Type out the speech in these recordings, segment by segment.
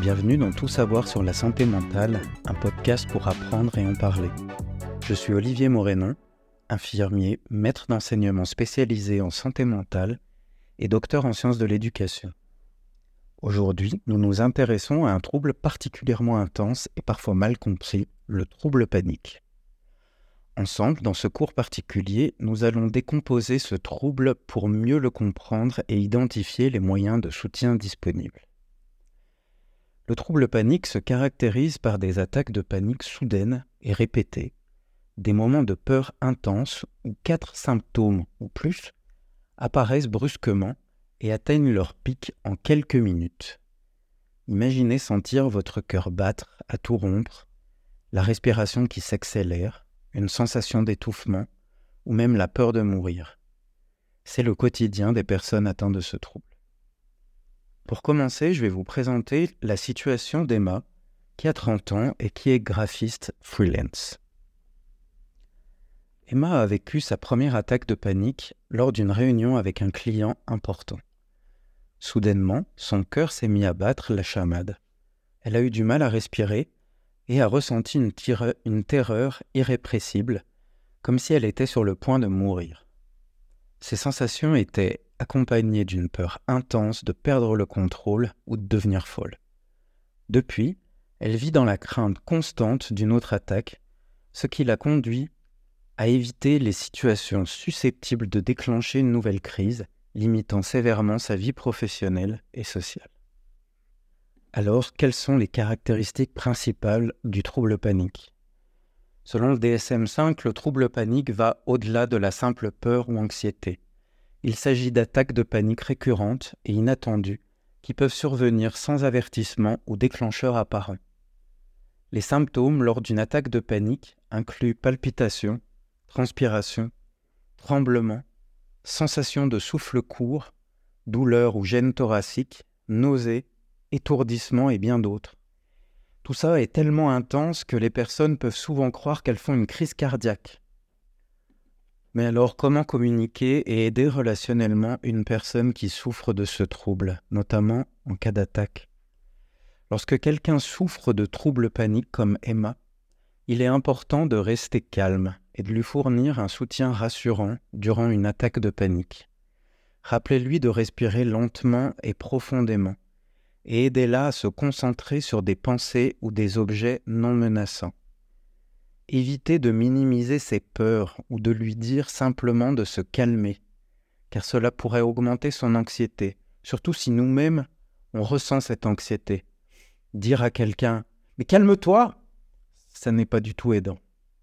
Bienvenue dans Tout savoir sur la santé mentale, un podcast pour apprendre et en parler. Je suis Olivier Morénon, infirmier, maître d'enseignement spécialisé en santé mentale et docteur en sciences de l'éducation. Aujourd'hui, nous nous intéressons à un trouble particulièrement intense et parfois mal compris, le trouble panique. Ensemble, dans ce cours particulier, nous allons décomposer ce trouble pour mieux le comprendre et identifier les moyens de soutien disponibles. Le trouble panique se caractérise par des attaques de panique soudaines et répétées, des moments de peur intense où 4 symptômes ou plus apparaissent brusquement et atteignent leur pic en quelques minutes. Imaginez sentir votre cœur battre à tout rompre, la respiration qui s'accélère, une sensation d'étouffement ou même la peur de mourir. C'est le quotidien des personnes atteintes de ce trouble. Pour commencer, je vais vous présenter la situation d'Emma, qui a 30 ans et qui est graphiste freelance. Emma a vécu sa première attaque de panique lors d'une réunion avec un client important. Soudainement, son cœur s'est mis à battre la chamade. Elle a eu du mal à respirer et a ressenti une terreur irrépressible, comme si elle était sur le point de mourir. Ces sensations étaient accompagnées d'une peur intense de perdre le contrôle ou de devenir folle. Depuis, elle vit dans la crainte constante d'une autre attaque, ce qui l'a conduit à éviter les situations susceptibles de déclencher une nouvelle crise, limitant sévèrement sa vie professionnelle et sociale. Alors, quelles sont les caractéristiques principales du trouble panique ? Selon le DSM-5, le trouble panique va au-delà de la simple peur ou anxiété. Il s'agit d'attaques de panique récurrentes et inattendues qui peuvent survenir sans avertissement ou déclencheur apparent. Les symptômes lors d'une attaque de panique incluent palpitations, transpiration, tremblements, sensation de souffle court, douleur ou gêne thoracique, nausées, étourdissement et bien d'autres. Tout ça est tellement intense que les personnes peuvent souvent croire qu'elles font une crise cardiaque. Mais alors, comment communiquer et aider relationnellement une personne qui souffre de ce trouble, notamment en cas d'attaque ? Lorsque quelqu'un souffre de troubles paniques comme Emma, il est important de rester calme et de lui fournir un soutien rassurant durant une attaque de panique. Rappelez-lui de respirer lentement et profondément et aidez-la à se concentrer sur des pensées ou des objets non menaçants. Évitez de minimiser ses peurs ou de lui dire simplement de se calmer, car cela pourrait augmenter son anxiété, surtout si nous-mêmes, on ressent cette anxiété. Dire à quelqu'un « Mais calme-toi !» ça n'est pas du tout aidant.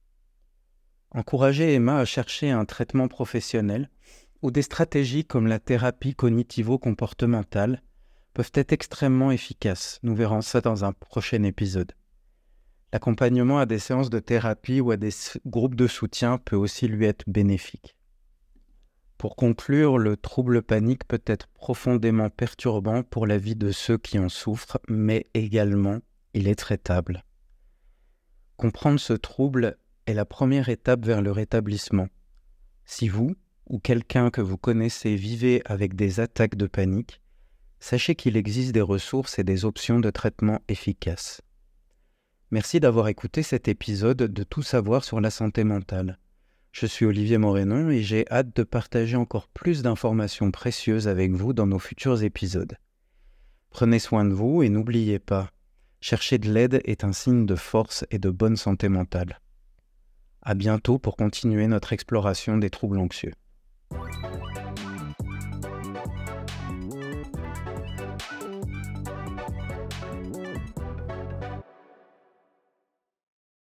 Encouragez Emma à chercher un traitement professionnel ou des stratégies comme la thérapie cognitivo-comportementale peuvent être extrêmement efficaces. Nous verrons ça dans un prochain épisode. L'accompagnement à des séances de thérapie ou à des groupes de soutien peut aussi lui être bénéfique. Pour conclure, le trouble panique peut être profondément perturbant pour la vie de ceux qui en souffrent, mais également, il est traitable. Comprendre ce trouble est la première étape vers le rétablissement. Si vous ou quelqu'un que vous connaissez vivez avec des attaques de panique, sachez qu'il existe des ressources et des options de traitement efficaces. Merci d'avoir écouté cet épisode de Tout savoir sur la santé mentale. Je suis Olivier Morénon et j'ai hâte de partager encore plus d'informations précieuses avec vous dans nos futurs épisodes. Prenez soin de vous et n'oubliez pas, chercher de l'aide est un signe de force et de bonne santé mentale. À bientôt pour continuer notre exploration des troubles anxieux.